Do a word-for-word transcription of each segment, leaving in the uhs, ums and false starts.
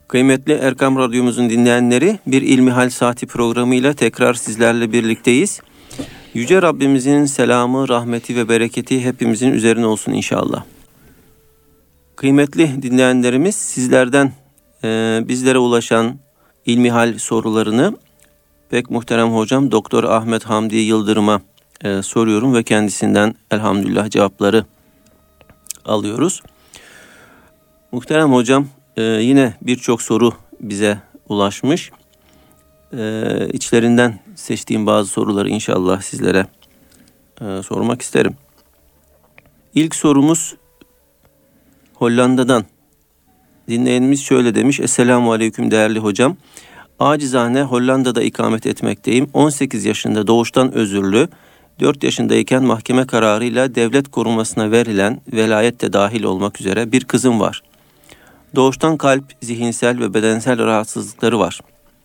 Kıymetli Erkam Radyomuzun dinleyenleri, bir İlmihal Saati programıyla tekrar sizlerle birlikteyiz. Yüce Rabbimizin selamı, rahmeti ve bereketi hepimizin üzerine olsun inşallah. Kıymetli dinleyenlerimiz, sizlerden e, bizlere ulaşan İlmihal sorularını pek muhterem hocam Doktor Ahmet Hamdi Yıldırım'a e, soruyorum ve kendisinden elhamdülillah cevapları alıyoruz. Muhterem hocam, Ee, yine birçok soru bize ulaşmış. Ee, içlerinden seçtiğim bazı soruları inşallah sizlere e, sormak isterim. İlk sorumuz Hollanda'dan. Dinleyenimiz şöyle demiş: Esselamu Aleyküm değerli hocam. Acizane Hollanda'da ikamet etmekteyim. on sekiz yaşında doğuştan özürlü, dört yaşındayken mahkeme kararıyla devlet korumasına verilen, velayet de dahil olmak üzere bir kızım var. Doğuştan kalp, zihinsel ve bedensel rahatsızlıkları var.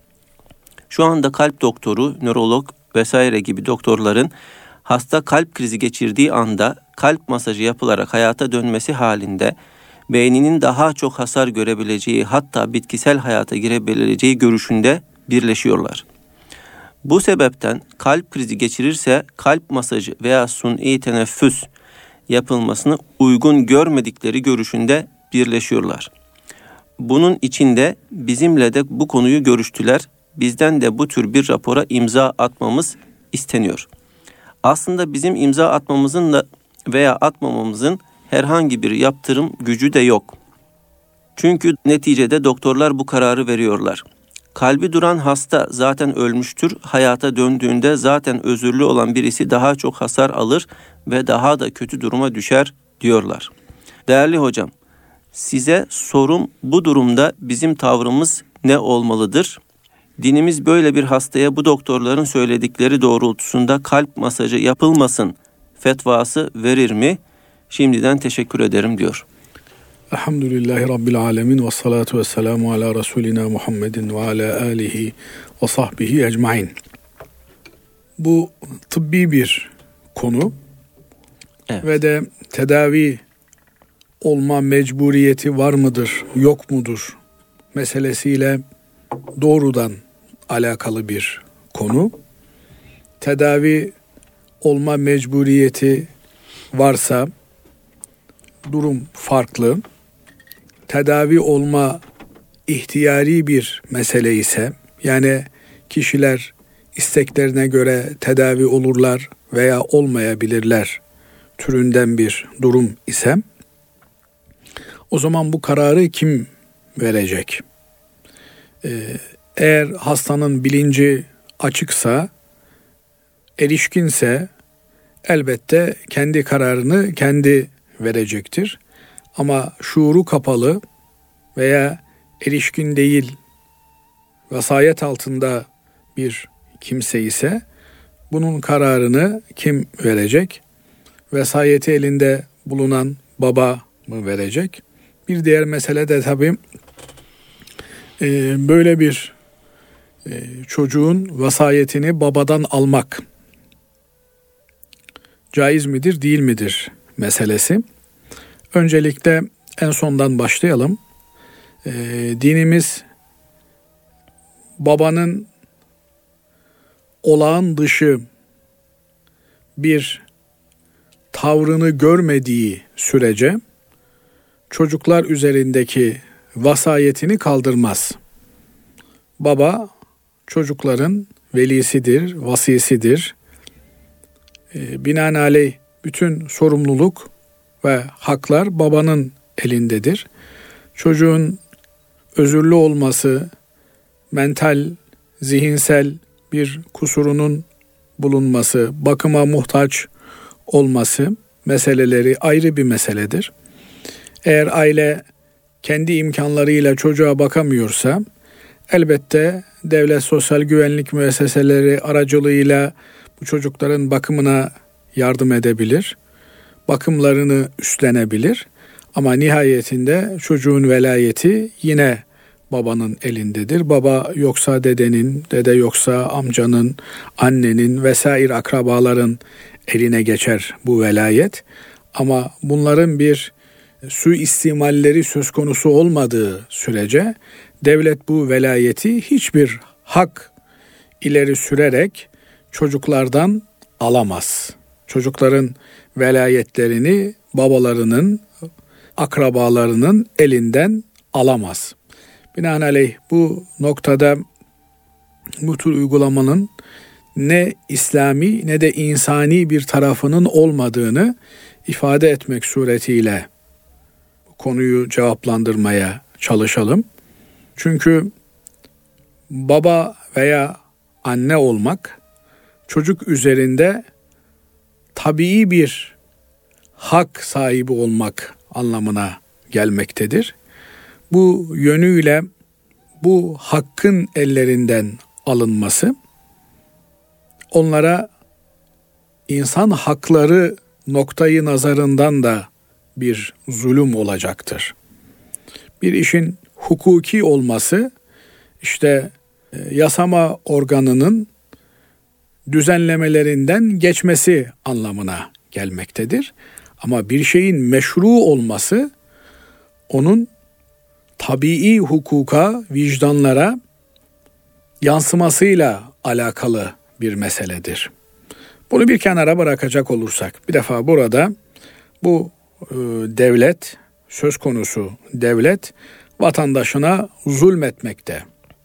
Şu anda kalp doktoru, nörolog vesaire gibi doktorların hasta kalp krizi geçirdiği anda kalp masajı yapılarak hayata dönmesi halinde beyninin daha çok hasar görebileceği, hatta bitkisel hayata girebileceği görüşünde birleşiyorlar. Bu sebepten kalp krizi geçirirse kalp masajı veya suni teneffüs yapılmasını uygun görmedikleri görüşünde birleşiyorlar. Bunun içinde bizimle de bu konuyu görüştüler. Bizden de bu tür bir rapora imza atmamız isteniyor. Aslında bizim imza atmamızın da veya atmamamızın herhangi bir yaptırım gücü de yok. Çünkü neticede doktorlar bu kararı veriyorlar. Kalbi duran hasta zaten ölmüştür. Hayata döndüğünde zaten özürlü olan birisi daha çok hasar alır ve daha da kötü duruma düşer diyorlar. Değerli hocam, size sorum, bu durumda bizim tavrımız ne olmalıdır? Dinimiz böyle bir hastaya bu doktorların söyledikleri doğrultusunda kalp masajı yapılmasın fetvası verir mi? Şimdiden teşekkür ederim diyor. Elhamdülillahi Rabbil alemin ve salatu ve selamu ala Resulina Muhammedin ve ala alihi ve sahbihi ecmain. Bu tıbbi bir konu, evet, ve de tedavi olma mecburiyeti var mıdır, yok mudur meselesiyle doğrudan alakalı bir konu. Tedavi olma mecburiyeti varsa durum farklı. Tedavi olma ihtiyari bir mesele ise, yani kişiler isteklerine göre tedavi olurlar veya olmayabilirler türünden bir durum ise, o zaman bu kararı kim verecek? Ee, eğer hastanın bilinci açıksa, erişkinse elbette kendi kararını kendi verecektir. Ama şuuru kapalı veya erişkin değil, vesayet altında bir kimse ise bunun kararını kim verecek? Vesayeti elinde bulunan baba mı verecek? Bir diğer mesele de tabii e, böyle bir e, çocuğun vesayetini babadan almak caiz midir, değil midir meselesi. Öncelikle en sondan başlayalım. E, dinimiz babanın olağan dışı bir tavrını görmediği sürece çocuklar üzerindeki vasayetini kaldırmaz. Baba çocukların velisidir, vasisidir. E, binaenaleyh bütün sorumluluk ve haklar babanın elindedir. Çocuğun özürlü olması, mental, zihinsel bir kusurunun bulunması, bakıma muhtaç olması meseleleri ayrı bir meseledir. Eğer aile kendi imkanlarıyla çocuğa bakamıyorsa, elbette devlet sosyal güvenlik müesseseleri aracılığıyla bu çocukların bakımına yardım edebilir, bakımlarını üstlenebilir. Ama nihayetinde çocuğun velayeti yine babanın elindedir. Baba yoksa dedenin, dede yoksa amcanın, annenin vesaire akrabaların eline geçer bu velayet. Ama bunların bir suistimalleri söz konusu olmadığı sürece devlet bu velayeti hiçbir hak ileri sürerek çocuklardan alamaz. Çocukların velayetlerini babalarının, akrabalarının elinden alamaz. Binaenaleyh bu noktada bu tür uygulamanın ne İslami ne de insani bir tarafının olmadığını ifade etmek suretiyle konuyu cevaplandırmaya çalışalım. Çünkü baba veya anne olmak çocuk üzerinde tabii bir hak sahibi olmak anlamına gelmektedir. Bu yönüyle bu hakkın ellerinden alınması onlara insan hakları noktayı nazarından da bir zulüm olacaktır. Bir işin hukuki olması işte yasama organının düzenlemelerinden geçmesi anlamına gelmektedir. Ama bir şeyin meşru olması onun tabii hukuka, vicdanlara yansımasıyla alakalı bir meseledir. Bunu bir kenara bırakacak olursak, bir defa burada bu e, devlet, söz konusu devlet vatandaşına zulmetmekte.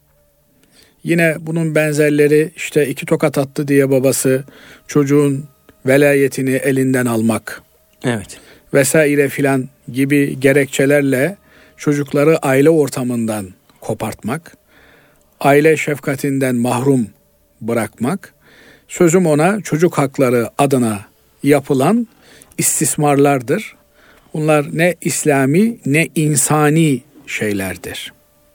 Yine bunun benzerleri işte iki tokat attı diye babası çocuğun velayetini elinden almak. Evet. Vesaire filan gibi gerekçelerle çocukları aile ortamından kopartmak, aile şefkatinden mahrum bırakmak, sözüm ona çocuk hakları adına yapılan istismarlardır. Bunlar ne İslami ne insani şeylerdir.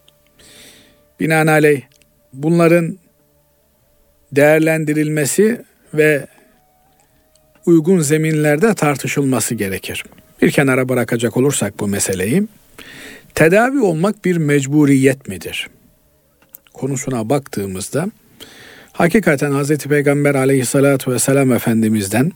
Binaenaleyh bunların değerlendirilmesi ve uygun zeminlerde tartışılması gerekir. Bir kenara bırakacak olursak bu meseleyi, tedavi olmak bir mecburiyet midir konusuna baktığımızda, hakikaten Hazreti Peygamber aleyhissalatu vesselam Efendimiz'den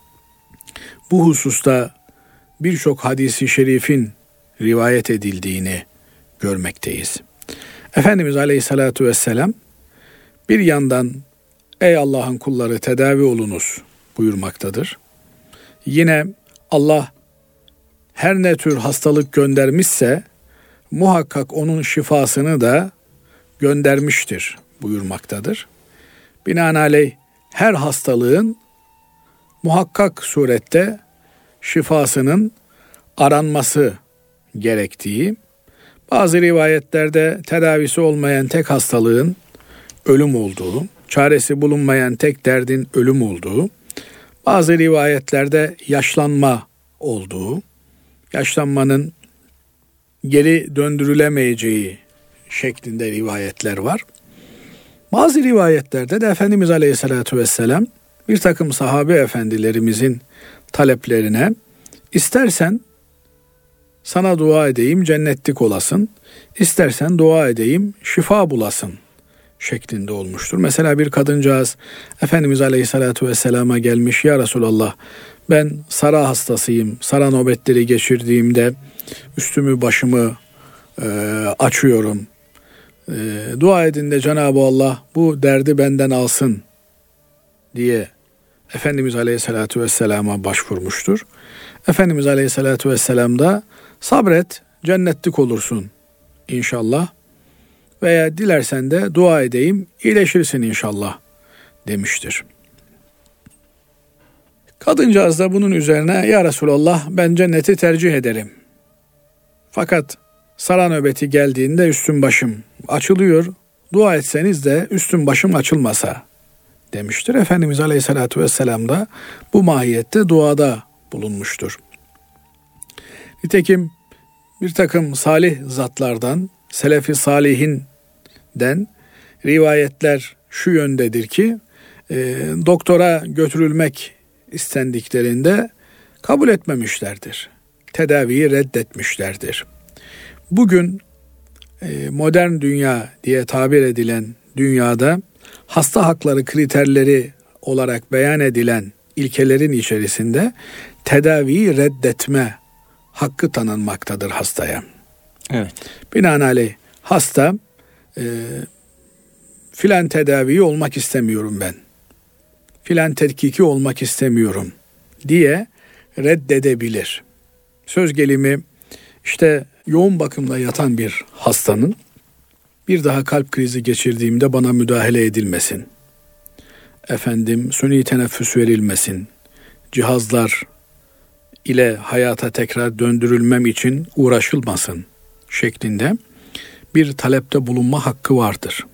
bu hususta birçok hadisi şerifin rivayet edildiğini görmekteyiz. Efendimiz aleyhissalatu vesselam bir yandan ey Allah'ın kulları tedavi olunuz buyurmaktadır. Yine Allah her ne tür hastalık göndermişse muhakkak onun şifasını da göndermiştir buyurmaktadır. Binaenaleyh her hastalığın muhakkak surette şifasının aranması gerektiği, bazı rivayetlerde tedavisi olmayan tek hastalığın ölüm olduğu, çaresi bulunmayan tek derdin ölüm olduğu, bazı rivayetlerde yaşlanma olduğu, yaşlanmanın geri döndürülemeyeceği şeklinde rivayetler var. Bazı rivayetlerde de Efendimiz Aleyhisselatü Vesselam bir takım sahabe efendilerimizin taleplerine istersen sana dua edeyim cennetlik olasın, istersen dua edeyim şifa bulasın şeklinde olmuştur. Mesela bir kadıncağız Efendimiz Aleyhisselatü Vesselam'a gelmiş, ya Resulallah ben sara hastasıyım, sara nöbetleri geçirdiğimde üstümü başımı e, açıyorum. E, dua edin de Cenab-ı Allah bu derdi benden alsın diye Efendimiz Aleyhisselatü Vesselam'a başvurmuştur. Efendimiz Aleyhisselatü Vesselam da sabret cennetlik olursun inşallah veya dilersen de dua edeyim iyileşirsin inşallah demiştir. Kadıncağız da bunun üzerine ya Resulallah ben cenneti tercih ederim. Fakat sara nöbeti geldiğinde üstüm başım açılıyor. Dua etseniz de üstüm başım açılmasa demiştir. Efendimiz Aleyhisselatü Vesselam da bu mahiyette duada bulunmuştur. Nitekim bir takım salih zatlardan, selef-i salihinden rivayetler şu yöndedir ki e, doktora götürülmek istendiklerinde kabul etmemişlerdir. Tedaviyi reddetmişlerdir. Bugün e, modern dünya diye tabir edilen dünyada hasta hakları kriterleri olarak beyan edilen ilkelerin içerisinde tedaviyi reddetme hakkı tanınmaktadır hastaya. Evet. Binaenaleyh hasta e, filan tedaviyi olmak istemiyorum ben, filan tetkiki olmak istemiyorum diye reddedebilir. Söz gelimi işte yoğun bakımda yatan bir hastanın bir daha kalp krizi geçirdiğimde bana müdahale edilmesin, efendim suni teneffüs verilmesin, cihazlar ile hayata tekrar döndürülmem için uğraşılmasın şeklinde bir talepte bulunma hakkı vardır.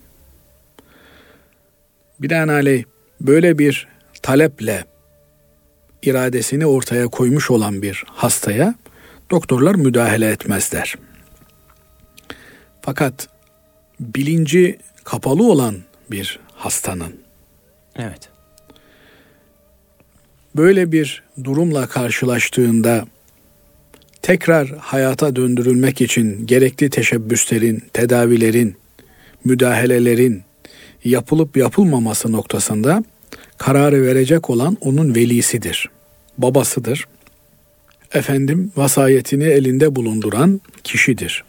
Binaenaleyh böyle bir taleple iradesini ortaya koymuş olan bir hastaya doktorlar müdahale etmezler. Fakat bilinci kapalı olan bir hastanın, evet, böyle bir durumla karşılaştığında tekrar hayata döndürülmek için gerekli teşebbüslerin, tedavilerin, müdahalelerin yapılıp yapılmaması noktasında kararı verecek olan onun velisidir, babasıdır. Efendim vasayetini elinde bulunduran kişidir.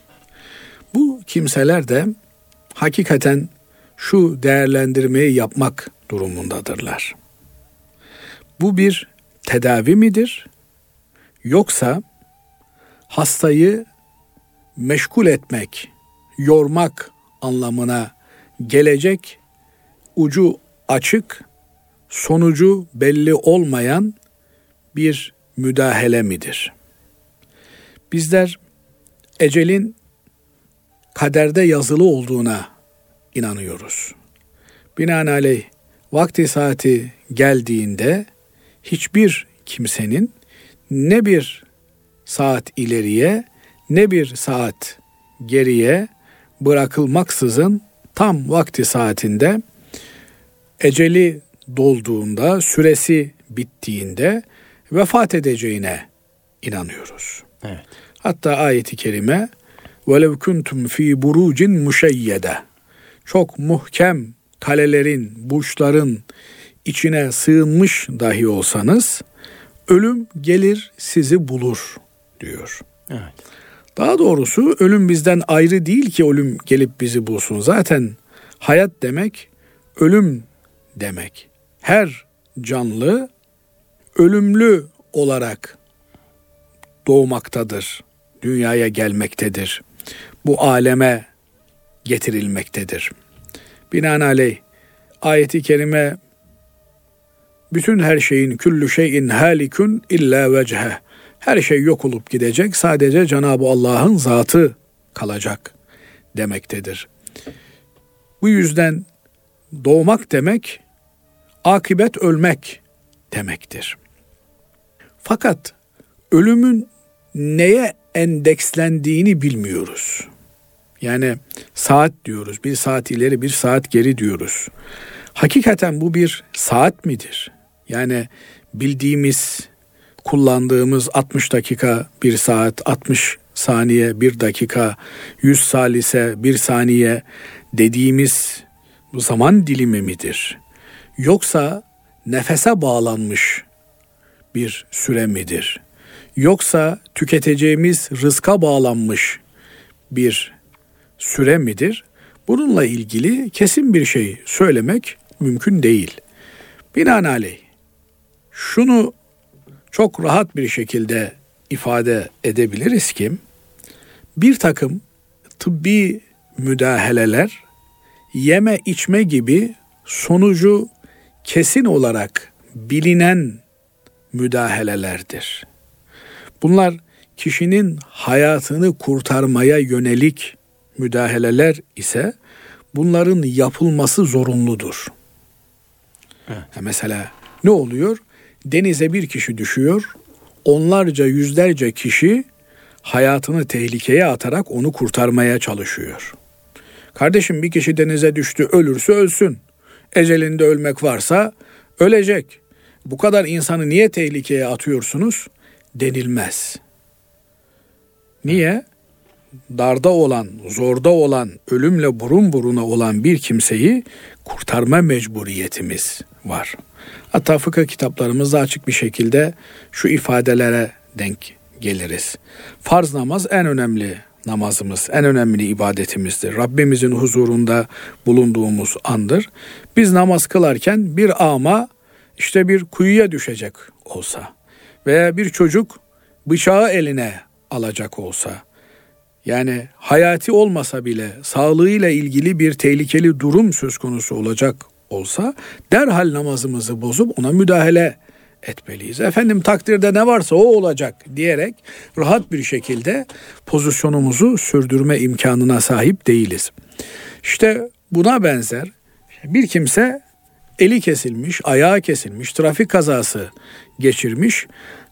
Bu kimseler de hakikaten şu değerlendirmeyi yapmak durumundadırlar. Bu bir tedavi midir? Yoksa hastayı meşgul etmek, yormak anlamına gelecek, ucu açık, sonucu belli olmayan bir müdahale midir? Bizler ecelin kaderde yazılı olduğuna inanıyoruz. Binaenaleyh vakti saati geldiğinde hiçbir kimsenin ne bir saat ileriye ne bir saat geriye bırakılmaksızın tam vakti saatinde eceli dolduğunda, süresi bittiğinde vefat edeceğine inanıyoruz. Evet. Hatta ayet-i kerime وَلَوْ كُنْتُمْ ف۪ي بُرُوجٍ مُشَيَّدَ çok muhkem kalelerin, burçların içine sığınmış dahi olsanız ölüm gelir sizi bulur diyor. Evet. Daha doğrusu ölüm bizden ayrı değil ki ölüm gelip bizi bulsun. Zaten hayat demek ölüm demek. Her canlı ölümlü olarak doğmaktadır, dünyaya gelmektedir, bu aleme getirilmektedir. Binaenaleyh ayeti kerime bütün her şeyin küllü şeyin halikun illa vecheh. Her şey yok olup gidecek, sadece Cenab-ı Allah'ın zatı kalacak demektedir. Bu yüzden doğmak demek akibet ölmek demektir. Fakat ölümün neye endekslendiğini bilmiyoruz. Yani saat diyoruz, bir saat ileri bir saat geri diyoruz. Hakikaten bu bir saat midir? Yani bildiğimiz, kullandığımız altmış dakika bir saat, altmış saniye bir dakika, yüz salise bir saniye dediğimiz bu zaman dilimi midir? Yoksa nefese bağlanmış bir süre midir? Yoksa tüketeceğimiz rızka bağlanmış bir süre midir? Bununla ilgili kesin bir şey söylemek mümkün değil. Binaenaleyh şunu çok rahat bir şekilde ifade edebiliriz ki bir takım tıbbi müdahaleler yeme içme gibi sonucu kesin olarak bilinen müdahalelerdir. Bunlar kişinin hayatını kurtarmaya yönelik müdahaleler ise bunların yapılması zorunludur. Evet. Mesela ne oluyor? Denize bir kişi düşüyor, onlarca yüzlerce kişi hayatını tehlikeye atarak onu kurtarmaya çalışıyor. Kardeşim bir kişi denize düştü, ölürse ölsün. Ecelinde ölmek varsa ölecek. Bu kadar insanı niye tehlikeye atıyorsunuz? Denilmez. Niye? Darda olan, zorda olan, ölümle burun buruna olan bir kimseyi kurtarma mecburiyetimiz var. Hatta fıkıh kitaplarımızda açık bir şekilde şu ifadelere denk geliriz. Farz namaz en önemli namazımız, en önemli ibadetimizdir. Rabbimizin huzurunda bulunduğumuz andır. Biz namaz kılarken bir ama işte bir kuyuya düşecek olsa veya bir çocuk bıçağı eline alacak olsa, yani hayati olmasa bile sağlığıyla ilgili bir tehlikeli durum söz konusu olacak olsa derhal namazımızı bozup ona müdahale etmeliyiz. Efendim takdirde ne varsa o olacak diyerek rahat bir şekilde pozisyonumuzu sürdürme imkanına sahip değiliz. İşte buna benzer bir kimse eli kesilmiş, ayağı kesilmiş, trafik kazası geçirmiş,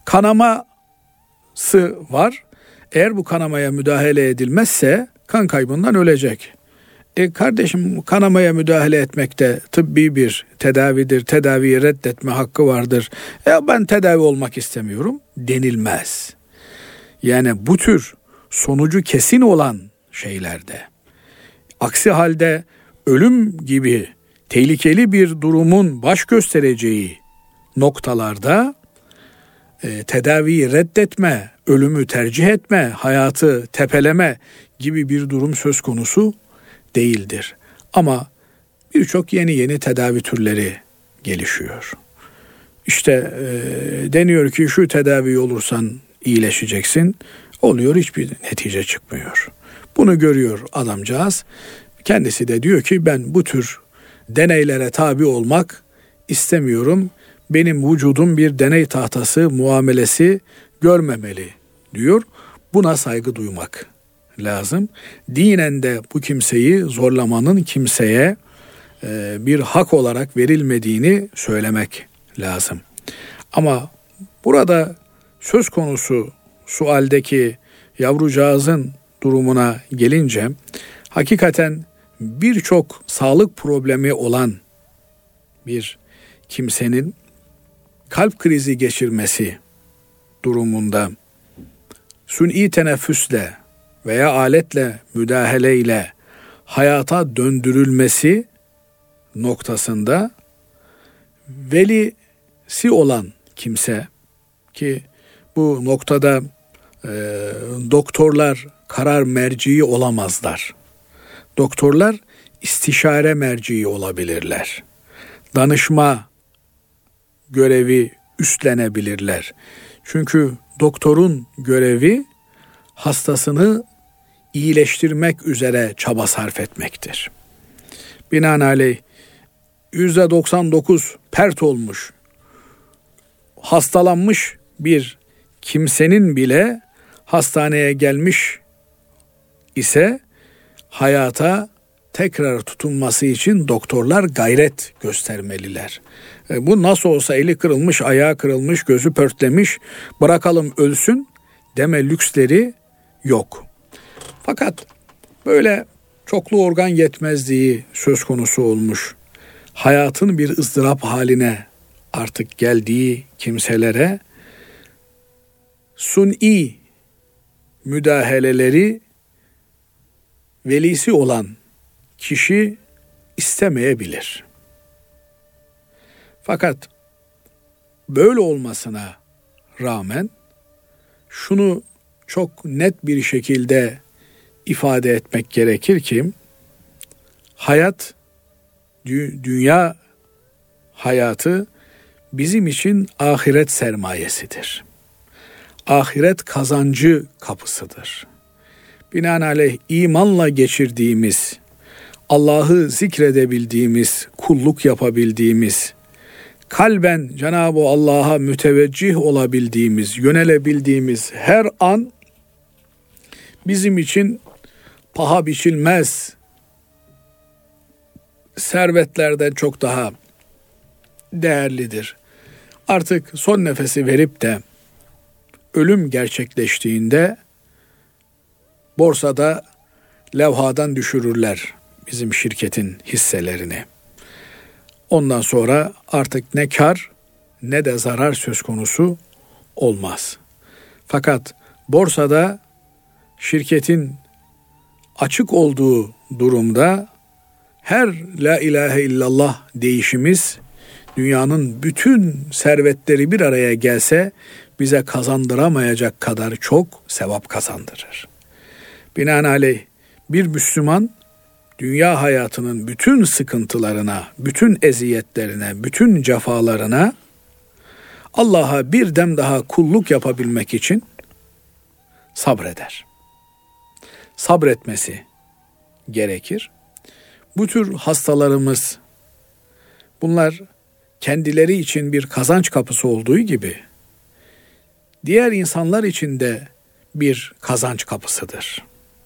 kanaması var. Eğer bu kanamaya müdahale edilmezse kan kaybından ölecek. E kardeşim, kanamaya müdahale etmekte tıbbi bir tedavidir, tedaviyi reddetme hakkı vardır. E ben tedavi olmak istemiyorum denilmez. Yani bu tür sonucu kesin olan şeylerde, aksi halde ölüm gibi tehlikeli bir durumun baş göstereceği noktalarda e, tedaviyi reddetme, ölümü tercih etme, hayatı tepeleme gibi bir durum söz konusu değildir. Ama birçok yeni yeni tedavi türleri gelişiyor. İşte e, deniyor ki şu tedavi olursan iyileşeceksin. Oluyor, hiçbir netice çıkmıyor. Bunu görüyor adamcağız. Kendisi de diyor ki ben bu tür deneylere tabi olmak istemiyorum. Benim vücudum bir deney tahtası muamelesi görmemeli diyor. Buna saygı duymak lazım. Dinen de bu kimseyi zorlamanın kimseye e, bir hak olarak verilmediğini söylemek lazım. Ama burada söz konusu sualdeki yavrucağızın durumuna gelince hakikaten birçok sağlık problemi olan bir kimsenin kalp krizi geçirmesi durumunda suni teneffüsle veya aletle müdahaleyle hayata döndürülmesi noktasında velisi olan kimse, ki bu noktada e, doktorlar karar merciği olamazlar. Doktorlar istişare merciği olabilirler. Danışma görevi üstlenebilirler. Çünkü doktorun görevi hastasını iyileştirmek üzere çaba sarf etmektir. Binaenaleyh yüzde doksan dokuz pert olmuş, hastalanmış bir kimsenin bile hastaneye gelmiş ise hayata tekrar tutunması için doktorlar gayret göstermeliler. E, bu nasıl olsa eli kırılmış, ayağı kırılmış, gözü pörtlemiş, bırakalım ölsün deme lüksleri yok. Fakat böyle çoklu organ yetmezliği söz konusu olmuş, hayatın bir ızdırap haline artık geldiği kimselere suni müdahaleleri velisi olan kişi istemeyebilir. Fakat böyle olmasına rağmen şunu çok net bir şekilde ifade etmek gerekir ki hayat, dü- dünya hayatı bizim için ahiret sermayesidir. Ahiret kazancı kapısıdır. Binaenaleyh imanla geçirdiğimiz, Allah'ı zikredebildiğimiz, kulluk yapabildiğimiz, kalben Cenab-ı Allah'a müteveccih olabildiğimiz, yönelebildiğimiz her an bizim için paha biçilmez servetlerden çok daha değerlidir. Artık son nefesi verip de ölüm gerçekleştiğinde borsada levhadan düşürürler bizim şirketin hisselerini. Ondan sonra artık ne kar ne de zarar söz konusu olmaz. Fakat borsada şirketin açık olduğu durumda her la ilahe illallah deyişimiz dünyanın bütün servetleri bir araya gelse bize kazandıramayacak kadar çok sevap kazandırır. Binaenaleyh bir Müslüman dünya hayatının bütün sıkıntılarına, bütün eziyetlerine, bütün cefalarına Allah'a bir dem daha kulluk yapabilmek için sabreder. Sabretmesi gerekir. Bu tür hastalarımız, bunlar kendileri için bir kazanç kapısı olduğu gibi diğer insanlar için de bir kazanç kapısıdır.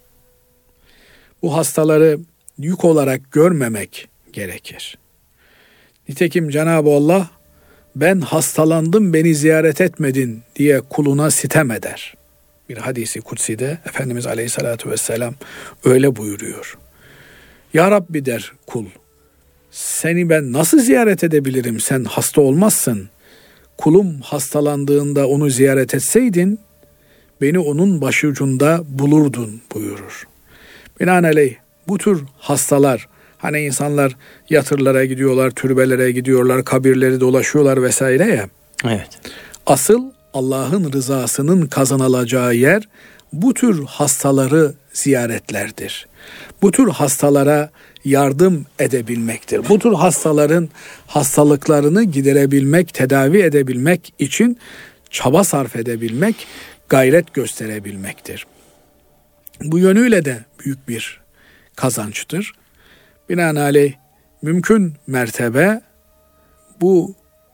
Bu hastaları yük olarak görmemek gerekir. Nitekim Cenab-ı Allah ben hastalandım beni ziyaret etmedin diye kuluna sitem eder. Bir hadisi kutside Efendimiz Aleyhisselatü Vesselam öyle buyuruyor. Ya Rabbi der kul, seni ben nasıl ziyaret edebilirim, sen hasta olmazsın. Kulum hastalandığında onu ziyaret etseydin beni onun başucunda bulurdun buyurur. Binaenaleyh bu tür hastalar, hani insanlar yatırlara gidiyorlar, türbelere gidiyorlar, kabirleri dolaşıyorlar vesaire ya. Evet. Asıl Allah'ın rızasının kazanılacağı yer bu tür hastaları ziyaretlerdir. Bu tür hastalara yardım edebilmektir. Bu tür hastaların hastalıklarını giderebilmek, tedavi edebilmek için çaba sarf edebilmek, gayret gösterebilmektir. Bu yönüyle de büyük bir kazançtır. Binaenaleyh mümkün mertebe bu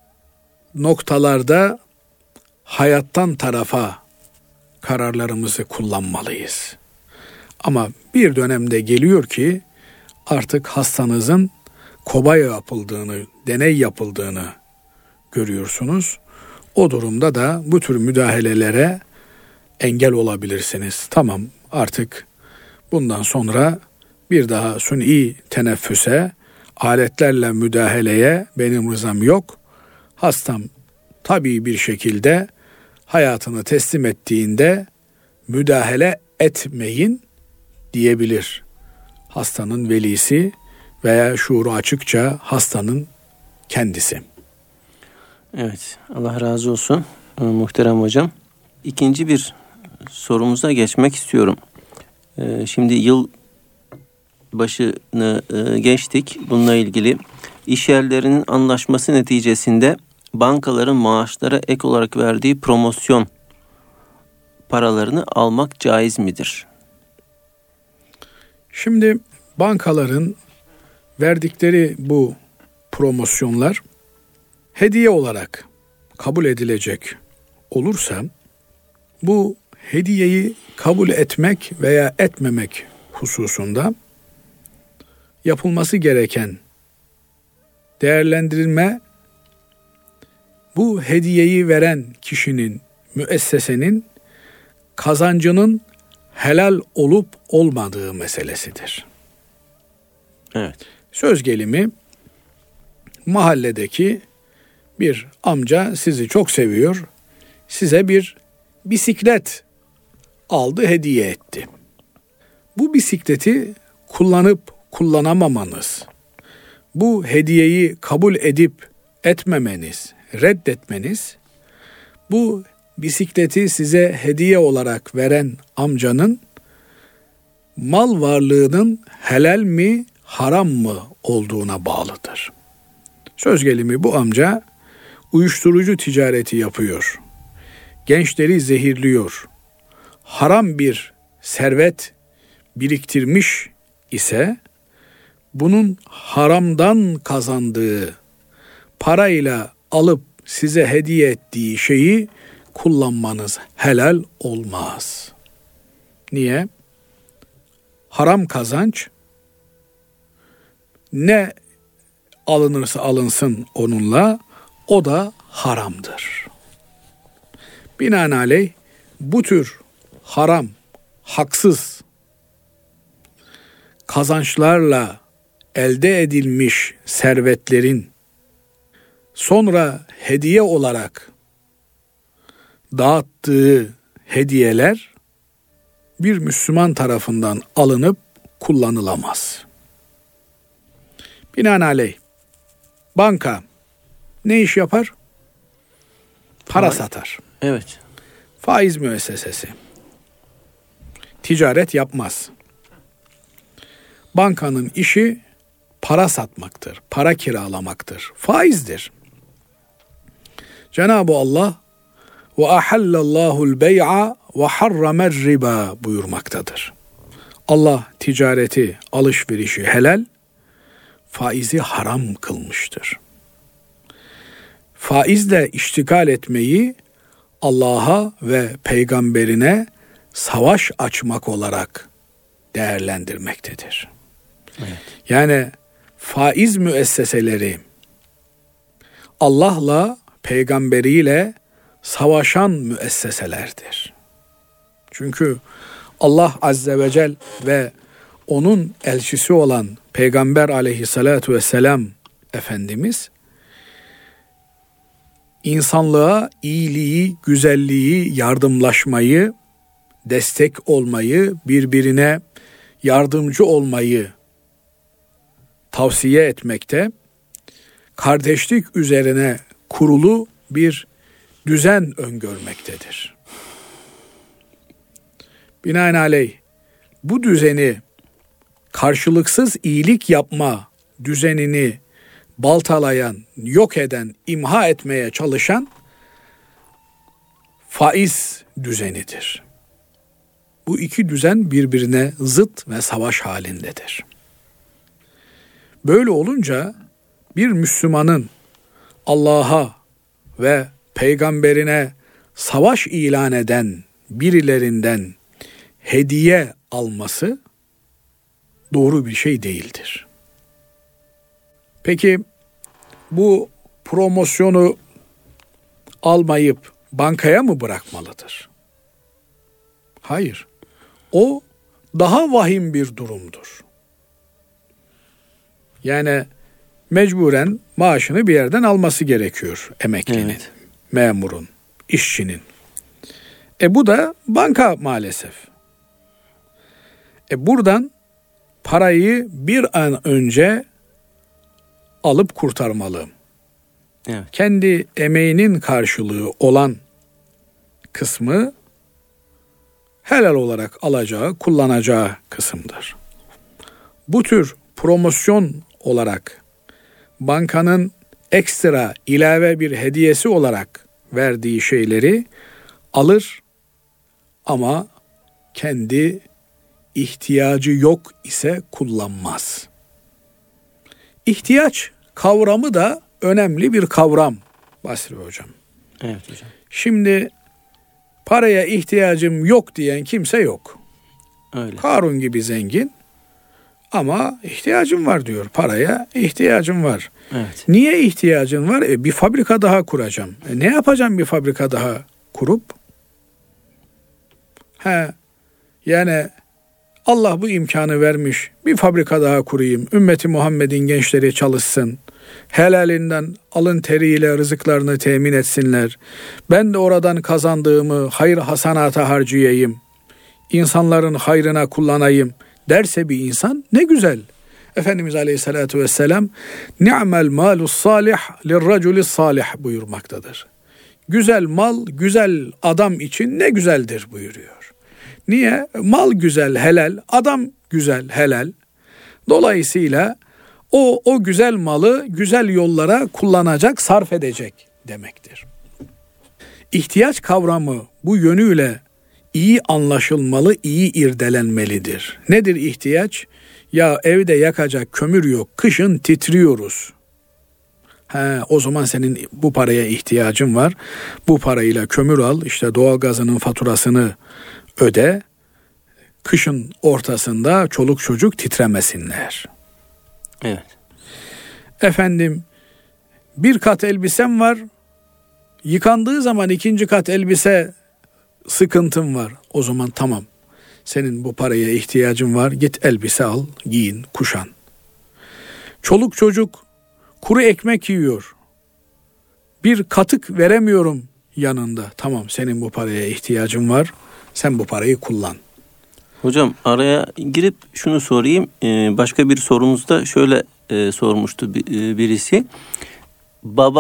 noktalarda hayattan tarafa kararlarımızı kullanmalıyız. Ama bir dönemde geliyor ki artık hastanızın kobay yapıldığını, deney yapıldığını görüyorsunuz. O durumda da bu tür müdahalelere engel olabilirsiniz. Tamam, artık bundan sonra bir daha suni teneffüse, aletlerle müdahaleye benim rızam yok. Hastam tabii bir şekilde hayatını teslim ettiğinde müdahale etmeyin diyebilir hastanın velisi veya şuuru açıkça hastanın kendisi. Evet, Allah razı olsun ee, muhterem hocam. İkinci bir sorumuza geçmek istiyorum. Ee, şimdi yıl başını e, geçtik. Bununla ilgili iş yerlerinin anlaşması neticesinde bankaların maaşlara ek olarak verdiği promosyon paralarını almak caiz midir? Şimdi bankaların verdikleri bu promosyonlar hediye olarak kabul edilecek olursa bu hediyeyi kabul etmek veya etmemek hususunda yapılması gereken değerlendirilme bu hediyeyi veren kişinin, müessesenin kazancının helal olup olmadığı meselesidir. Evet. Söz gelimi mahalledeki bir amca sizi çok seviyor, size bir bisiklet aldı, hediye etti. Bu bisikleti kullanıp kullanamamanız, bu hediyeyi kabul edip etmemeniz, reddetmeniz, bu bisikleti size hediye olarak veren amcanın mal varlığının helal mi, haram mı olduğuna bağlıdır. Söz gelimi bu amca uyuşturucu ticareti yapıyor. Gençleri zehirliyor. Haram bir servet biriktirmiş ise bunun haramdan kazandığı parayla alıp size hediye ettiği şeyi kullanmanız helal olmaz. Niye? Haram kazanç ne alınırsa alınsın onunla o da haramdır. Binaenaleyh bu tür haram, haksız kazançlarla elde edilmiş servetlerin sonra hediye olarak dağıttığı hediyeler bir Müslüman tarafından alınıp kullanılamaz. Binaenaleyh banka ne iş yapar? Para Faiz. satar. Evet. Faiz müessesesi. Ticaret yapmaz. Bankanın işi para satmaktır, para kiralamaktır, faizdir. Cenab-ı Allah ve ahallallahu'l bey'a ve harramer riba buyurmaktadır. Allah ticareti, alışverişi helal, faizi haram kılmıştır. Faizle iştigal etmeyi Allah'a ve peygamberine savaş açmak olarak değerlendirmektedir. Evet. Yani faiz müesseseleri Allah'la, peygamberiyle savaşan müesseselerdir. Çünkü Allah Azze ve Celle ve onun elçisi olan Peygamber Aleyhissalatu vesselam Efendimiz insanlığa iyiliği, güzelliği, yardımlaşmayı, destek olmayı, birbirine yardımcı olmayı tavsiye etmekte, kardeşlik üzerine kurulu bir düzen öngörmektedir. Binaenaleyh bu düzeni, karşılıksız iyilik yapma düzenini baltalayan, yok eden, imha etmeye çalışan faiz düzenidir. Bu iki düzen birbirine zıt ve savaş halindedir. Böyle olunca bir Müslümanın Allah'a ve peygamberine savaş ilan eden birilerinden hediye alması doğru bir şey değildir. Peki bu promosyonu almayıp bankaya mı bırakmalıdır? Hayır. O daha vahim bir durumdur. Yani mecburen maaşını bir yerden alması gerekiyor emeklinin, evet. memurun, işçinin. E bu da banka maalesef. E buradan parayı bir an önce alıp kurtarmalı. Evet. Kendi emeğinin karşılığı olan kısmı helal olarak alacağı, kullanacağı kısımdır. Bu tür promosyon olarak bankanın ekstra ilave bir hediyesi olarak verdiği şeyleri alır ama kendi ihtiyacı yok ise kullanmaz. İhtiyaç kavramı da önemli bir kavram Basri Hocam. Evet hocam. Şimdi paraya ihtiyacım yok diyen kimse yok. Öyle. Karun gibi zengin ama ihtiyacım var diyor. Paraya ihtiyacım var. Evet. Niye ihtiyacın var? E, bir fabrika daha kuracağım. E, ne yapacağım bir fabrika daha kurup? He, yani Allah bu imkanı vermiş. Bir fabrika daha kurayım. Ümmeti Muhammed'in gençleri çalışsın. Helalinden alın teriyle rızıklarını temin etsinler. Ben de oradan kazandığımı hayır hasanata harcayayım. İnsanların hayrına kullanayım derse bir insan ne güzel. Efendimiz Aleyhisselatü Vesselam ni'mel malus salih lirraculis salih buyurmaktadır. Güzel mal, güzel adam için ne güzeldir buyuruyor. Niye? Mal güzel, helal, adam güzel, helal. Dolayısıyla o o güzel malı güzel yollara kullanacak, sarf edecek demektir. İhtiyaç kavramı bu yönüyle iyi anlaşılmalı, iyi irdelenmelidir. Nedir ihtiyaç? Ya evde yakacak kömür yok, kışın titriyoruz. He, o zaman senin bu paraya ihtiyacın var. Bu parayla kömür al, işte doğalgazının faturasını öde. Kışın ortasında çoluk çocuk titremesinler. Evet. Efendim, bir kat elbisem var. Yıkandığı zaman ikinci kat elbise sıkıntım var. O zaman tamam. Senin bu paraya ihtiyacın var. Git elbise al, giyin, kuşan. Çoluk çocuk kuru ekmek yiyor. Bir katık veremiyorum yanında. Tamam, senin bu paraya ihtiyacın var. Sen bu parayı kullan. Hocam araya girip şunu sorayım. Ee, başka bir sorumuzda şöyle e, sormuştu birisi. Babam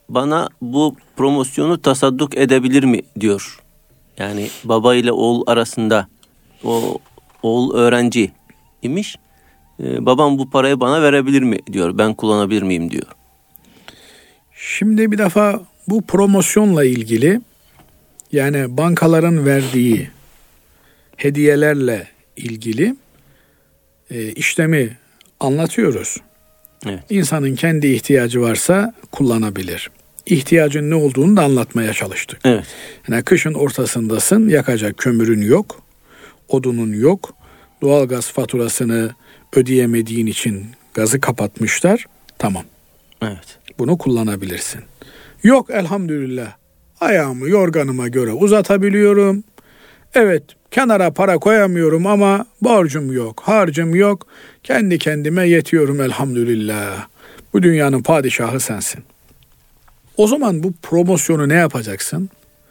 bana bu promosyonu tasadduk edebilir mi diyor. Yani baba ile oğul arasında, o oğul öğrenci imiş. Ee, babam bu parayı bana verebilir mi diyor. Ben kullanabilir miyim diyor. Şimdi bir defa bu promosyonla ilgili, yani bankaların verdiği hediyelerle ilgili e, işlemi anlatıyoruz. Evet. İnsanın kendi ihtiyacı varsa kullanabilir. İhtiyacın ne olduğunu da anlatmaya çalıştık. Evet. Yani kışın ortasındasın, yakacak kömürün yok, odunun yok, doğalgaz faturasını ödeyemediğin için gazı kapatmışlar. Tamam. Evet. Bunu kullanabilirsin. Yok elhamdülillah, ayağımı yorganıma göre uzatabiliyorum. Evet, kenara para koyamıyorum ama borcum yok, harcım yok. Kendi kendime yetiyorum elhamdülillah. Bu dünyanın padişahı sensin. O zaman bu promosyonu ne yapacaksın?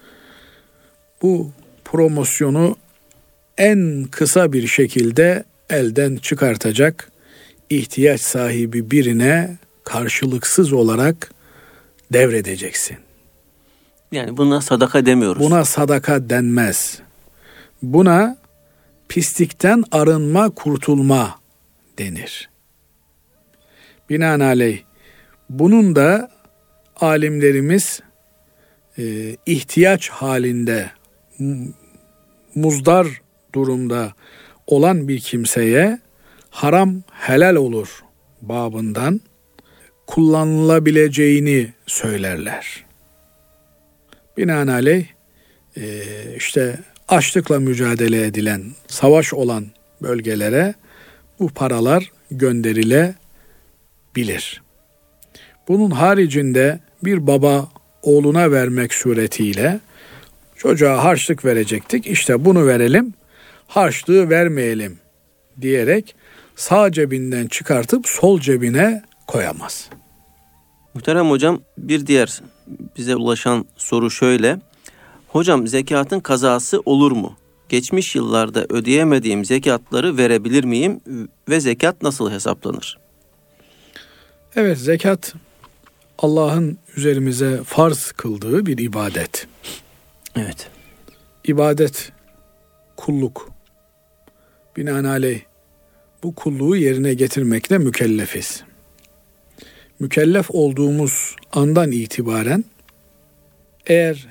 Bu promosyonu en kısa bir şekilde elden çıkartacak, ihtiyaç sahibi birine karşılıksız olarak devredeceksin. Yani buna sadaka demiyoruz. Buna sadaka denmez. Buna pislikten arınma, kurtulma denir. Binaenaleyh bunun da alimlerimiz e, ihtiyaç halinde, muzdar durumda olan bir kimseye haram helal olur babından kullanılabileceğini söylerler. Binaenaleyh e, işte açlıkla mücadele edilen, savaş olan bölgelere bu paralar gönderilebilir. Bunun haricinde bir baba oğluna vermek suretiyle çocuğa harçlık verecektik, İşte bunu verelim, harçlığı vermeyelim diyerek sağ cebinden çıkartıp sol cebine koyamaz. Muhterem hocam, bir diğer bize ulaşan soru şöyle. Hocam, zekatın kazası olur mu? Geçmiş yıllarda ödeyemediğim zekatları verebilir miyim ve zekat nasıl hesaplanır? Evet, zekat Allah'ın üzerimize farz kıldığı bir ibadet. Evet. İbadet, kulluk. Binaenaleyh bu kulluğu yerine getirmekle mükellefiz. Mükellef olduğumuz andan itibaren eğer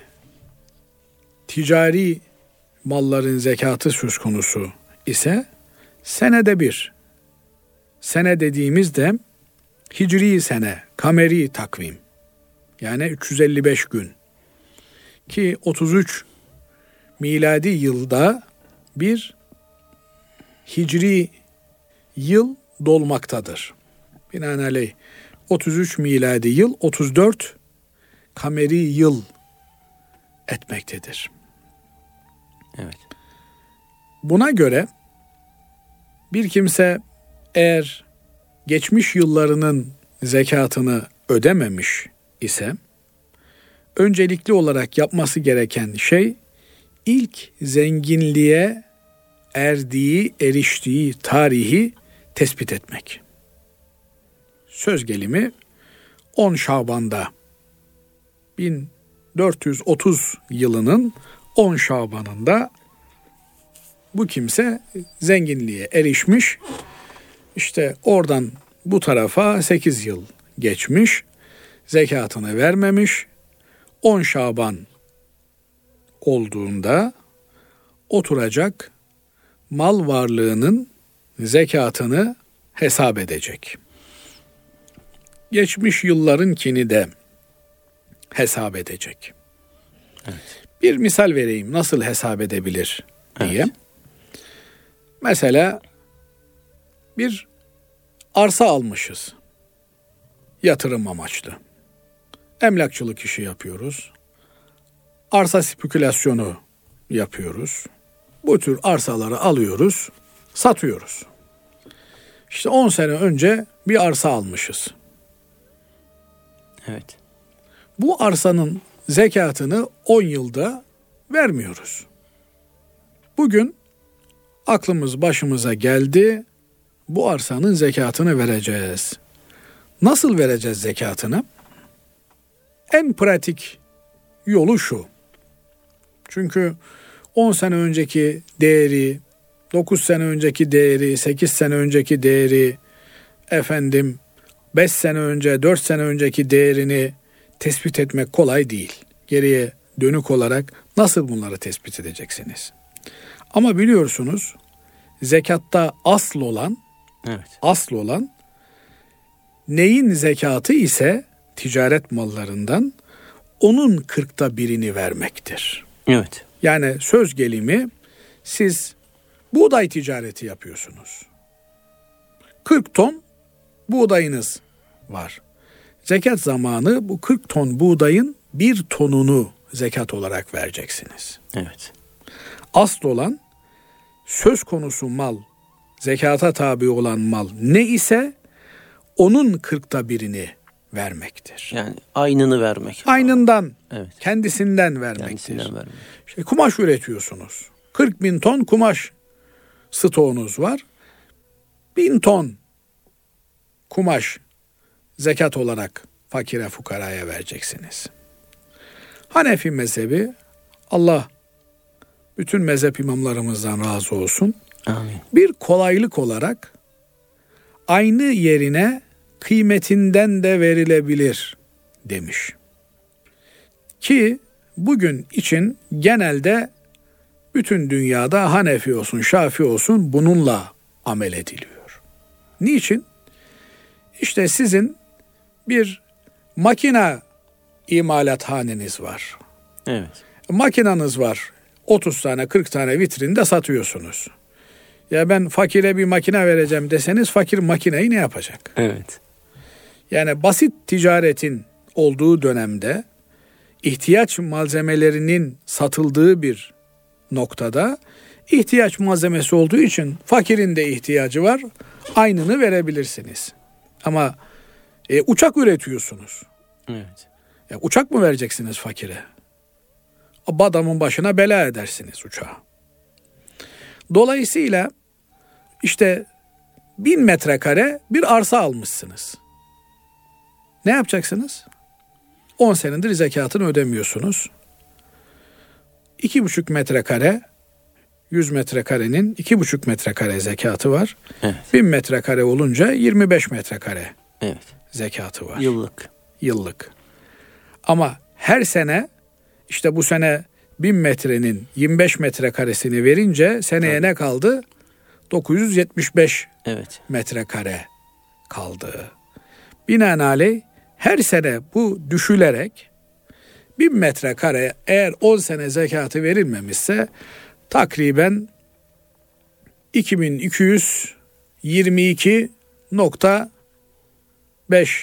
ticari malların zekatı söz konusu ise senede bir, sene dediğimizde hicri sene, kameri takvim, yani üç yüz elli beş gün ki otuz üç miladi yılda bir hicri yıl dolmaktadır. Binaenaleyh otuz üç miladi yıl otuz dört kameri yıl etmektedir. Evet. Buna göre bir kimse eğer geçmiş yıllarının zekatını ödememiş ise öncelikli olarak yapması gereken şey ilk zenginliğe erdiği, eriştiği tarihi tespit etmek. Söz gelimi on Şaban'da bin dört yüz otuz yılının on Şaban'ında bu kimse zenginliğe erişmiş. İşte oradan bu tarafa sekiz yıl geçmiş. Zekatını vermemiş. on Şaban olduğunda oturacak, mal varlığının zekatını hesap edecek. Geçmiş yıllarınkini de hesap edecek. Evet. Bir misal vereyim, nasıl hesap edebilir diye. Evet. Mesela bir arsa almışız. Yatırım amaçlı. Emlakçılık işi yapıyoruz. Arsa spekülasyonu yapıyoruz. Bu tür arsaları alıyoruz, satıyoruz. İşte on sene önce bir arsa almışız. Evet. Bu arsanın zekatını on yılda vermiyoruz. Bugün aklımız başımıza geldi. Bu arsanın zekatını vereceğiz. Nasıl vereceğiz zekatını? En pratik yolu şu. Çünkü on sene önceki değeri, dokuz sene önceki değeri, sekiz sene önceki değeri, efendim beş sene önce, dört sene önceki değerini tespit etmek kolay değil. Geriye dönük olarak nasıl bunları tespit edeceksiniz? Ama biliyorsunuz zekatta asıl olan, evet. asıl olan neyin zekatı ise ticaret mallarından onun kırkta birini vermektir. Evet. Yani söz gelimi siz buğday ticareti yapıyorsunuz. kırk ton buğdayınız var. Zekat zamanı bu kırk ton buğdayın bir tonunu zekat olarak vereceksiniz. Evet. Asıl olan söz konusu mal, zekata tabi olan mal ne ise onun kırkta birini vermektir. Yani aynını vermek. Aynından, evet. kendisinden vermektir. Kendisinden vermek. İşte kumaş üretiyorsunuz. kırk bin ton kumaş stoğunuz var. bin ton kumaş zekat olarak fakire fukaraya vereceksiniz. Hanefi mezhebi, Allah bütün mezhep imamlarımızdan razı olsun. Amin. Bir kolaylık olarak aynı yerine kıymetinden de verilebilir demiş. Ki bugün için genelde bütün dünyada Hanefi olsun, Şafii olsun bununla amel ediliyor. Niçin? İşte sizin bir makina imalathaneniz var. Evet. Makinanız var. otuz tane, kırk tane vitrinde satıyorsunuz. Ya ben fakire bir makine vereceğim deseniz fakir makineyi ne yapacak? Evet. Yani basit ticaretin olduğu dönemde ihtiyaç malzemelerinin satıldığı bir noktada ihtiyaç malzemesi olduğu için fakirin de ihtiyacı var. Aynını verebilirsiniz. Ama e, uçak üretiyorsunuz. Evet. Ya, uçak mı vereceksiniz fakire? Adamın başına bela edersiniz uçağı. Dolayısıyla işte bin metrekare bir arsa almışsınız. Ne yapacaksınız? on senedir zekatını ödemiyorsunuz. iki buçuk metrekare, yüz metrekarenin iki buçuk metrekare zekatı var. Evet. bin metrekare olunca yirmi beş metrekare evet. zekatı var. Yıllık. Yıllık. Ama her sene işte bu sene bin metrenin yirmi beş metrekaresini verince seneye Tabii. ne kaldı? dokuz yüz yetmiş beş evet. metrekare kaldı. Binaenaleyh her sene bu düşülerek bin metrekare eğer on sene zekatı verilmemişse takriben iki bin iki yüz yirmi iki nokta beş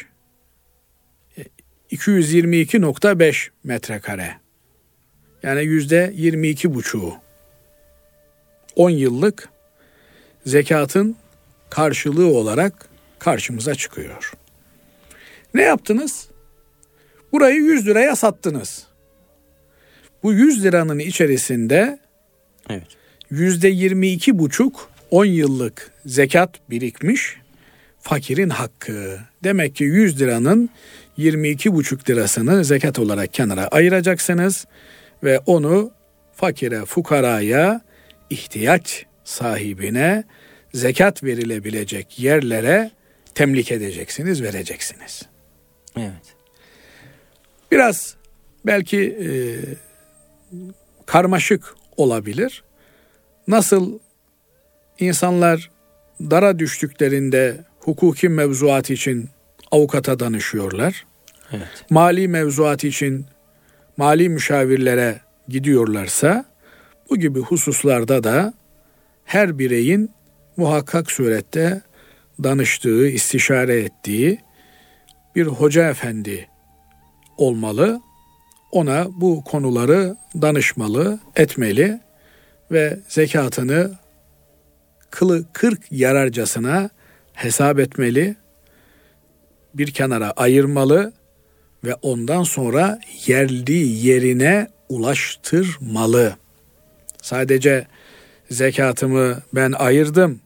iki yüz yirmi iki nokta beş metrekare. Yani yüzde yirmi iki buçuğu. on yıllık zekatın karşılığı olarak karşımıza çıkıyor. Ne yaptınız? Burayı yüz liraya sattınız. Bu yüz liranın içerisinde evet. yüzde yirmi iki buçuk on yıllık zekat birikmiş, fakirin hakkı. Demek ki yüz liranın yirmi iki buçuk lirasını zekat olarak kenara ayıracaksınız ve onu fakire, fukaraya, ihtiyaç sahibine zekat verilebilecek yerlere temlik edeceksiniz, vereceksiniz. Evet. Biraz belki e, karmaşık olabilir. Nasıl insanlar dara düştüklerinde hukuki mevzuat için avukata danışıyorlar. Evet. Mali mevzuat için mali müşavirlere gidiyorlarsa bu gibi hususlarda da her bireyin muhakkak surette danıştığı, istişare ettiği bir hoca efendi olmalı. Ona bu konuları danışmalı, etmeli ve zekatını kılı kırk yararcasına hesap etmeli, bir kenara ayırmalı ve ondan sonra yerli yerine ulaştırmalı. Sadece zekatımı ben ayırdım,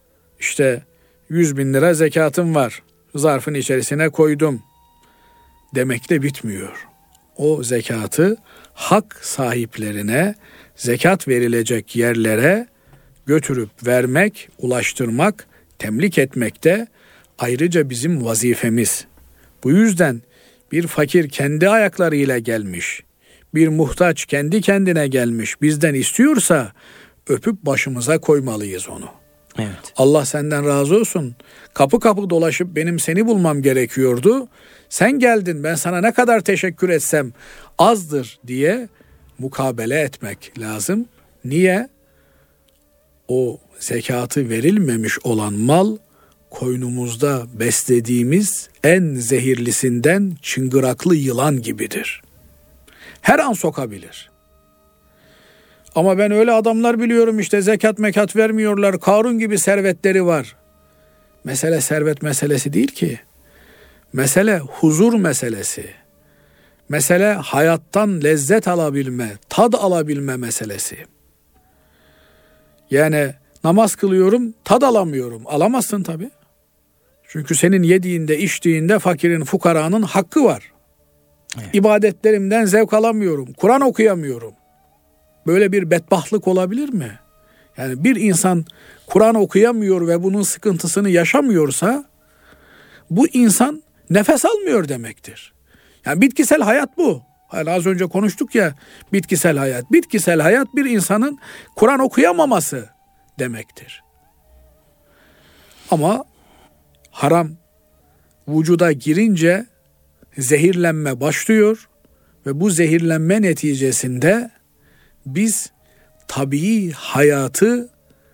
İşte yüz bin lira zekatım var, zarfın içerisine koydum demekle bitmiyor. O zekatı hak sahiplerine, zekat verilecek yerlere götürüp vermek, ulaştırmak, temlik etmek de ayrıca bizim vazifemiz. Bu yüzden bir fakir kendi ayaklarıyla gelmiş, bir muhtaç kendi kendine gelmiş, bizden istiyorsa öpüp başımıza koymalıyız onu. Evet. Allah senden razı olsun. Kapı kapı dolaşıp benim seni bulmam gerekiyordu. Sen geldin, ben sana ne kadar teşekkür etsem azdır diye mukabele etmek lazım. Niye? O zekatı verilmemiş olan mal koynumuzda beslediğimiz en zehirlisinden çıngıraklı yılan gibidir. Her an sokabilir. Ama ben öyle adamlar biliyorum işte zekat mekat vermiyorlar. Karun gibi servetleri var. Mesele servet meselesi değil ki. Mesele huzur meselesi. Mesele hayattan lezzet alabilme, tad alabilme meselesi. Yani namaz kılıyorum, tad alamıyorum. Alamazsın tabii. Çünkü senin yediğinde, içtiğinde fakirin, fukaranın hakkı var. Evet. İbadetlerimden zevk alamıyorum. Kur'an okuyamıyorum. Böyle bir bedbahtlık olabilir mi? Yani bir insan Kur'an okuyamıyor ve bunun sıkıntısını yaşamıyorsa bu insan nefes almıyor demektir. Yani bitkisel hayat bu. Hani az önce konuştuk ya bitkisel hayat. Bitkisel hayat bir insanın Kur'an okuyamaması demektir. Ama haram vücuda girince zehirlenme başlıyor ve bu zehirlenme neticesinde biz tabii hayatı,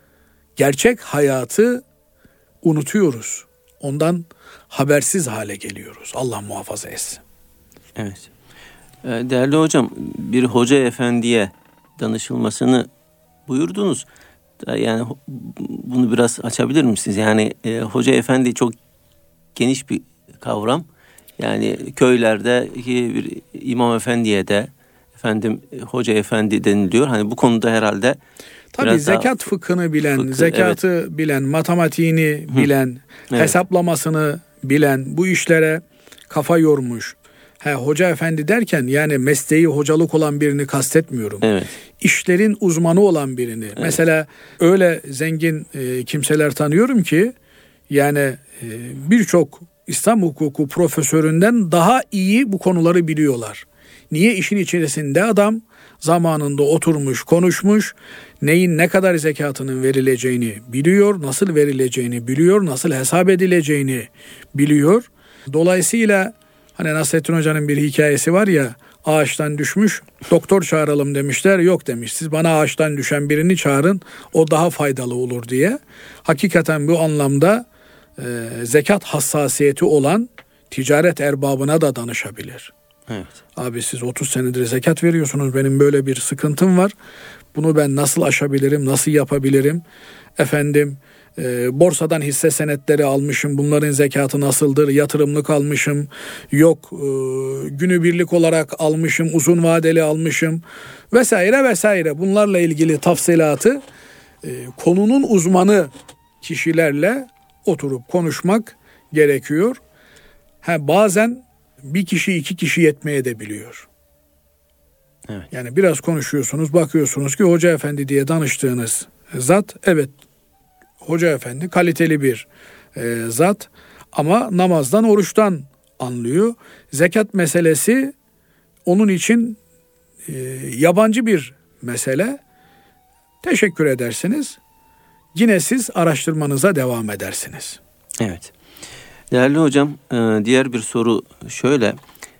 gerçek hayatı unutuyoruz. Ondan habersiz hale geliyoruz. Allah muhafaza etsin. Evet. Değerli hocam, bir hoca efendiye danışılmasını buyurdunuz. Yani bunu biraz açabilir misiniz? Yani e, hoca efendi çok geniş bir kavram. Yani köylerdeki bir imam efendiye de efendim hoca efendi deniliyor. Hani bu konuda herhalde tabii zekat daha, fıkhını bilen, fıkhı, zekatı evet. bilen, matematiğini Hı. bilen, evet. hesaplamasını bilen, bu işlere kafa yormuş. He, hoca efendi derken yani mesleği hocalık olan birini kastetmiyorum. Evet. İşlerin uzmanı olan birini. Evet. Mesela öyle zengin e, kimseler tanıyorum ki yani e, birçok İslam hukuku profesöründen daha iyi bu konuları biliyorlar. Niye? İşin içerisinde adam zamanında oturmuş, konuşmuş, neyin ne kadar zekatının verileceğini biliyor, nasıl verileceğini biliyor, nasıl hesap edileceğini biliyor. Dolayısıyla hani Nasrettin Hoca'nın bir hikayesi var ya, ağaçtan düşmüş, doktor çağıralım demişler, yok demiş, siz bana ağaçtan düşen birini çağırın, o daha faydalı olur diye. Hakikaten bu anlamda e, zekat hassasiyeti olan ticaret erbabına da danışabilir. Evet. Abi siz otuz senedir zekat veriyorsunuz, benim böyle bir sıkıntım var, bunu ben nasıl aşabilirim, nasıl yapabilirim, efendim e, borsadan hisse senetleri almışım, bunların zekatı nasıldır, yatırımlık almışım, yok e, günübirlik olarak almışım, uzun vadeli almışım vesaire vesaire, bunlarla ilgili tafsilatı e, konunun uzmanı kişilerle oturup konuşmak gerekiyor. Ha, bazen bir kişi iki kişi yetmeye de biliyor. Evet. Yani biraz konuşuyorsunuz, bakıyorsunuz ki hoca efendi diye danıştığınız zat, evet hoca efendi kaliteli bir e, zat ama namazdan, oruçtan anlıyor. Zekat meselesi onun için e, yabancı bir mesele. Teşekkür edersiniz. Yine siz araştırmanıza devam edersiniz. Evet. Değerli hocam, diğer bir soru şöyle.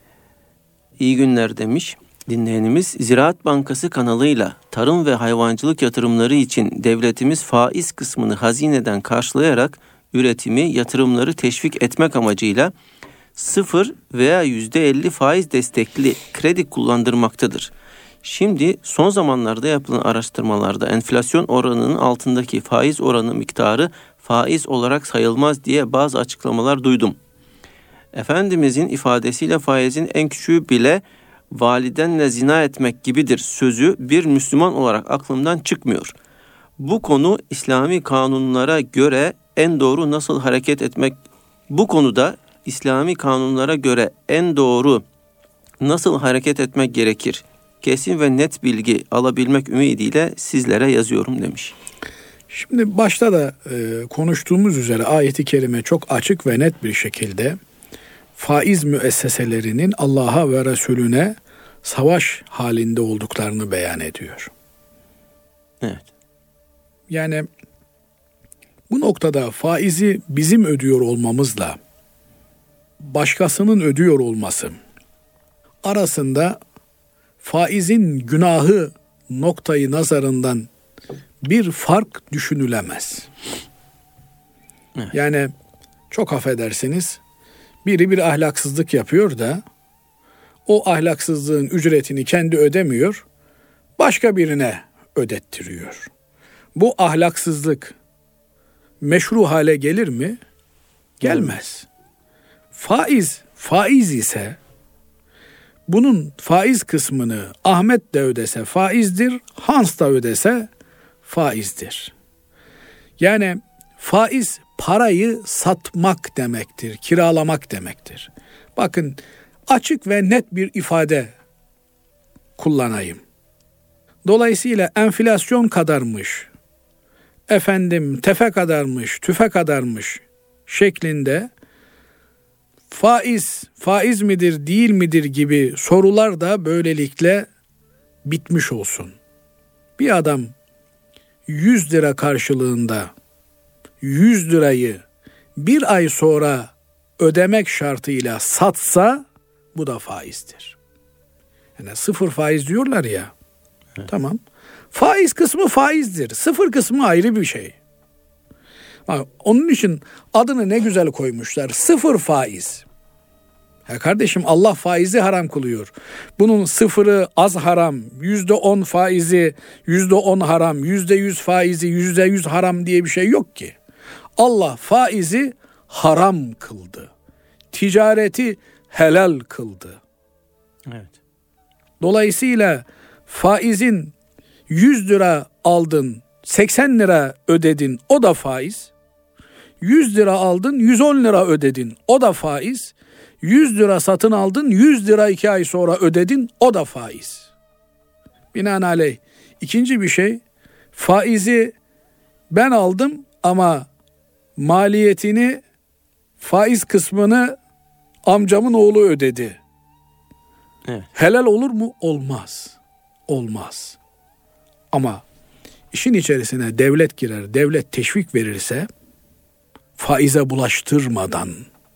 İyi günler demiş dinleyenimiz. Ziraat Bankası kanalıyla tarım ve hayvancılık yatırımları için devletimiz faiz kısmını hazineden karşılayarak üretimi, yatırımları teşvik etmek amacıyla sıfır veya yüzde elli faiz destekli kredi kullandırmaktadır. Şimdi son zamanlarda yapılan araştırmalarda enflasyon oranının altındaki faiz oranı miktarı faiz olarak sayılmaz diye bazı açıklamalar duydum. Efendimizin ifadesiyle faizin en küçüğü bile validenle zina etmek gibidir sözü bir Müslüman olarak aklımdan çıkmıyor. Bu konu İslami kanunlara göre en doğru nasıl hareket etmek, bu konuda İslami kanunlara göre en doğru nasıl hareket etmek gerekir? Kesin ve net bilgi alabilmek ümidiyle sizlere yazıyorum demiş. Şimdi başta da e, konuştuğumuz üzere ayet-i kerime çok açık ve net bir şekilde faiz müesseselerinin Allah'a ve Resulüne savaş halinde olduklarını beyan ediyor. Evet. Yani bu noktada faizi bizim ödüyor olmamızla başkasının ödüyor olması arasında faizin günahı noktayı nazarından bir fark düşünülemez. Evet. Yani çok affedersiniz, biri bir ahlaksızlık yapıyor da o ahlaksızlığın ücretini kendi ödemiyor, başka birine ödettiriyor. Bu ahlaksızlık meşru hale gelir mi? Gelmez. Faiz, faiz ise bunun faiz kısmını Ahmet de ödese faizdir, Hans da ödese faizdir. Yani faiz parayı satmak demektir, kiralamak demektir. Bakın açık ve net bir ifade kullanayım. Dolayısıyla enflasyon kadarmış, efendim tefe kadarmış, tüfe kadarmış şeklinde faiz, faiz midir, değil midir gibi sorular da böylelikle bitmiş olsun. Bir adam yüz lira karşılığında yüz lirayı bir ay sonra ödemek şartıyla satsa bu da faizdir. Yani sıfır faiz diyorlar ya. Evet. Tamam. Faiz kısmı faizdir. Sıfır kısmı ayrı bir şey. Bak, onun için adını ne güzel koymuşlar. Sıfır faiz. Ya kardeşim, Allah faizi haram kılıyor. Bunun sıfırı az haram, yüzde on faizi, yüzde on haram, yüzde yüz faizi, yüzde yüz haram diye bir şey yok ki. Allah faizi haram kıldı. Ticareti helal kıldı. Evet. Dolayısıyla faizin yüz lira aldın, seksen lira ödedin, o da faiz. yüz lira aldın, yüz on lira ödedin, o da faiz. yüz lira satın aldın, yüz lira iki ay sonra ödedin, o da faiz. Binaenaleyh ikinci bir şey, faizi ben aldım ama maliyetini, faiz kısmını amcamın oğlu ödedi. Evet. Helal olur mu? Olmaz. Olmaz. Ama işin içerisine devlet girer, devlet teşvik verirse faize bulaştırmadan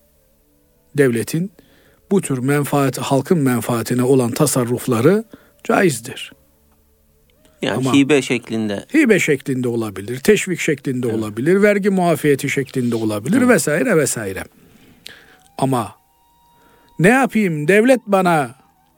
devletin bu tür menfaat, halkın menfaatine olan tasarrufları caizdir. Yani ama hibe şeklinde. Hibe şeklinde olabilir, teşvik şeklinde evet. olabilir, vergi muafiyeti şeklinde olabilir evet. vesaire vesaire. Ama ne yapayım, devlet bana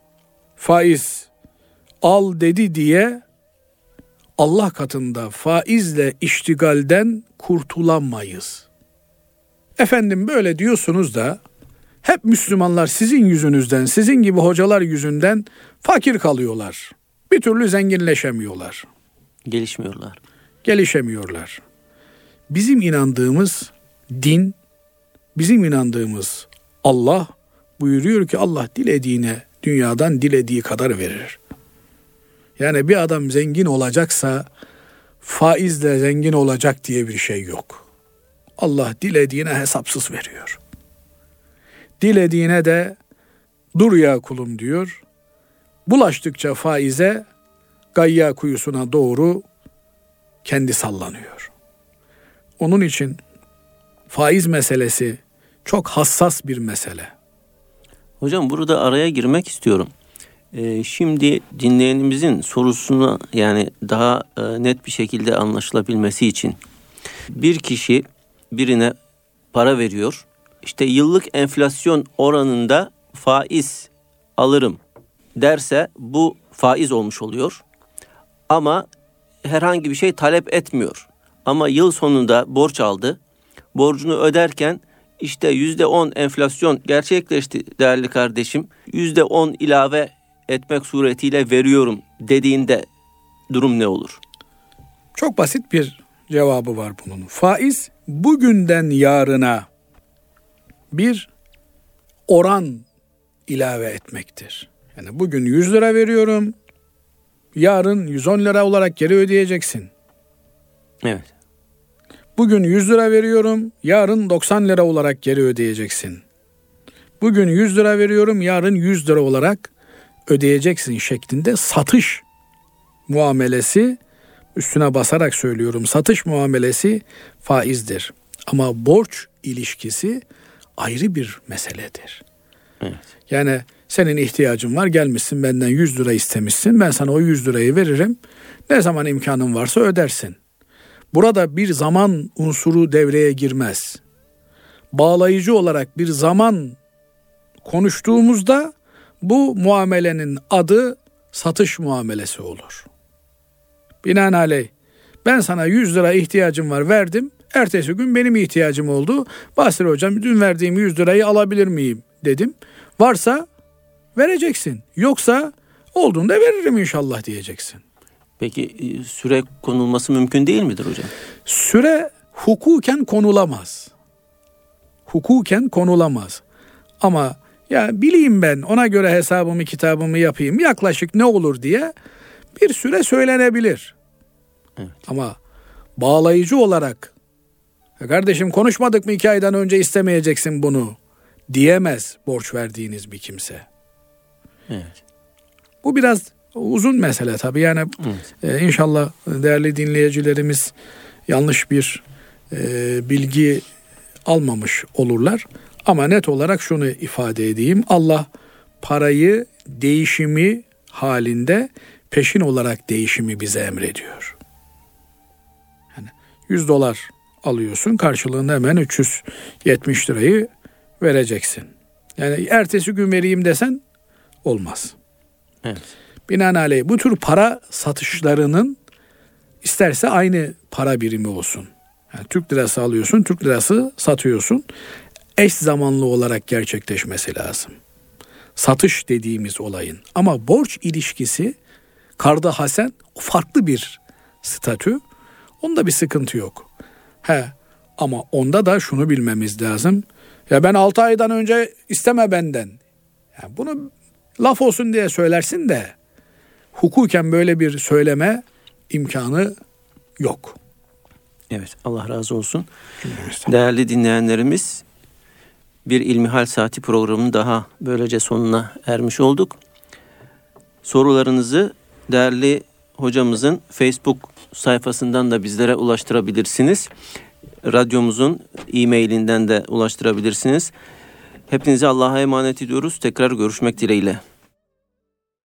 faiz al dedi diye Allah katında faizle iştigalden kurtulamayız. Efendim böyle diyorsunuz da hep Müslümanlar sizin yüzünüzden, sizin gibi hocalar yüzünden fakir kalıyorlar. Bir türlü zenginleşemiyorlar. Gelişmiyorlar. Gelişemiyorlar. Bizim inandığımız din, bizim inandığımız Allah buyuruyor ki Allah dilediğine dünyadan dilediği kadar verir. Yani bir adam zengin olacaksa faizle zengin olacak diye bir şey yok. Allah dilediğine hesapsız veriyor. Dilediğine de dur ya kulum diyor. Bulaştıkça faize, gayya kuyusuna doğru kendi sallanıyor. Onun için faiz meselesi çok hassas bir mesele. Hocam burada araya girmek istiyorum. Ee, şimdi dinleyenimizin sorusuna yani daha e, net bir şekilde anlaşılabilmesi için bir kişi birine para veriyor. İşte yıllık enflasyon oranında faiz alırım derse bu faiz olmuş oluyor. Ama herhangi bir şey talep etmiyor. Ama yıl sonunda borç aldı. Borcunu öderken işte yüzde on enflasyon gerçekleşti değerli kardeşim. yüzde on ilave etmek suretiyle veriyorum dediğinde durum ne olur? Çok basit bir cevabı var bunun. Faiz bugünden yarına bir oran ilave etmektir. Yani bugün yüz lira veriyorum, yarın yüz on lira olarak geri ödeyeceksin. Evet. Bugün yüz lira veriyorum, yarın doksan lira olarak geri ödeyeceksin. Bugün yüz lira veriyorum, yarın yüz lira olarak ödeyeceksin şeklinde satış muamelesi, üstüne basarak söylüyorum, satış muamelesi faizdir. Ama borç ilişkisi ayrı bir meseledir. Evet. Yani senin ihtiyacın var, gelmişsin benden yüz lira istemişsin, ben sana o yüz lirayı veririm. Ne zaman imkanın varsa ödersin. Burada bir zaman unsuru devreye girmez. Bağlayıcı olarak bir zaman konuştuğumuzda bu muamelenin adı satış muamelesi olur. Binaenaleyh ben sana yüz lira ihtiyacım var verdim. Ertesi gün benim ihtiyacım oldu. Basri hocam dün verdiğim yüz lirayı alabilir miyim dedim. Varsa vereceksin. Yoksa olduğunda veririm inşallah diyeceksin. Peki süre konulması mümkün değil midir hocam? Süre hukuken konulamaz. Hukuken konulamaz. Ama ya bileyim ben ona göre hesabımı kitabımı yapayım yaklaşık ne olur diye bir süre söylenebilir. Evet. Ama bağlayıcı olarak kardeşim konuşmadık mı iki aydan önce istemeyeceksin bunu diyemez borç verdiğiniz bir kimse. Evet. Bu biraz uzun mesele tabii yani evet. e, inşallah değerli dinleyicilerimiz yanlış bir e, bilgi almamış olurlar. Ama net olarak şunu ifade edeyim. Allah parayı değişimi halinde peşin olarak değişimi bize emrediyor. Yani yüz dolar alıyorsun karşılığında hemen üç yüz yetmiş lirayı vereceksin. Yani ertesi gün vereyim desen olmaz. Evet. Binaenaleyh bu tür para satışlarının isterse aynı para birimi olsun. Yani Türk lirası alıyorsun, Türk lirası satıyorsun. Eş zamanlı olarak gerçekleşmesi lazım. Satış dediğimiz olayın. Ama borç ilişkisi karda hasen farklı bir statü. Onda bir sıkıntı yok. He, ama onda da şunu bilmemiz lazım. Ya ben altı aydan önce isteme benden. Yani bunu laf olsun diye söylersin de hukuken böyle bir söyleme imkanı yok. Evet, Allah razı olsun. Değerli dinleyenlerimiz, bir İlmihal Saati programının daha böylece sonuna ermiş olduk. Sorularınızı değerli hocamızın Facebook sayfasından da bizlere ulaştırabilirsiniz. Radyomuzun e-mailinden de ulaştırabilirsiniz. Hepinizi Allah'a emanet ediyoruz. Tekrar görüşmek dileğiyle.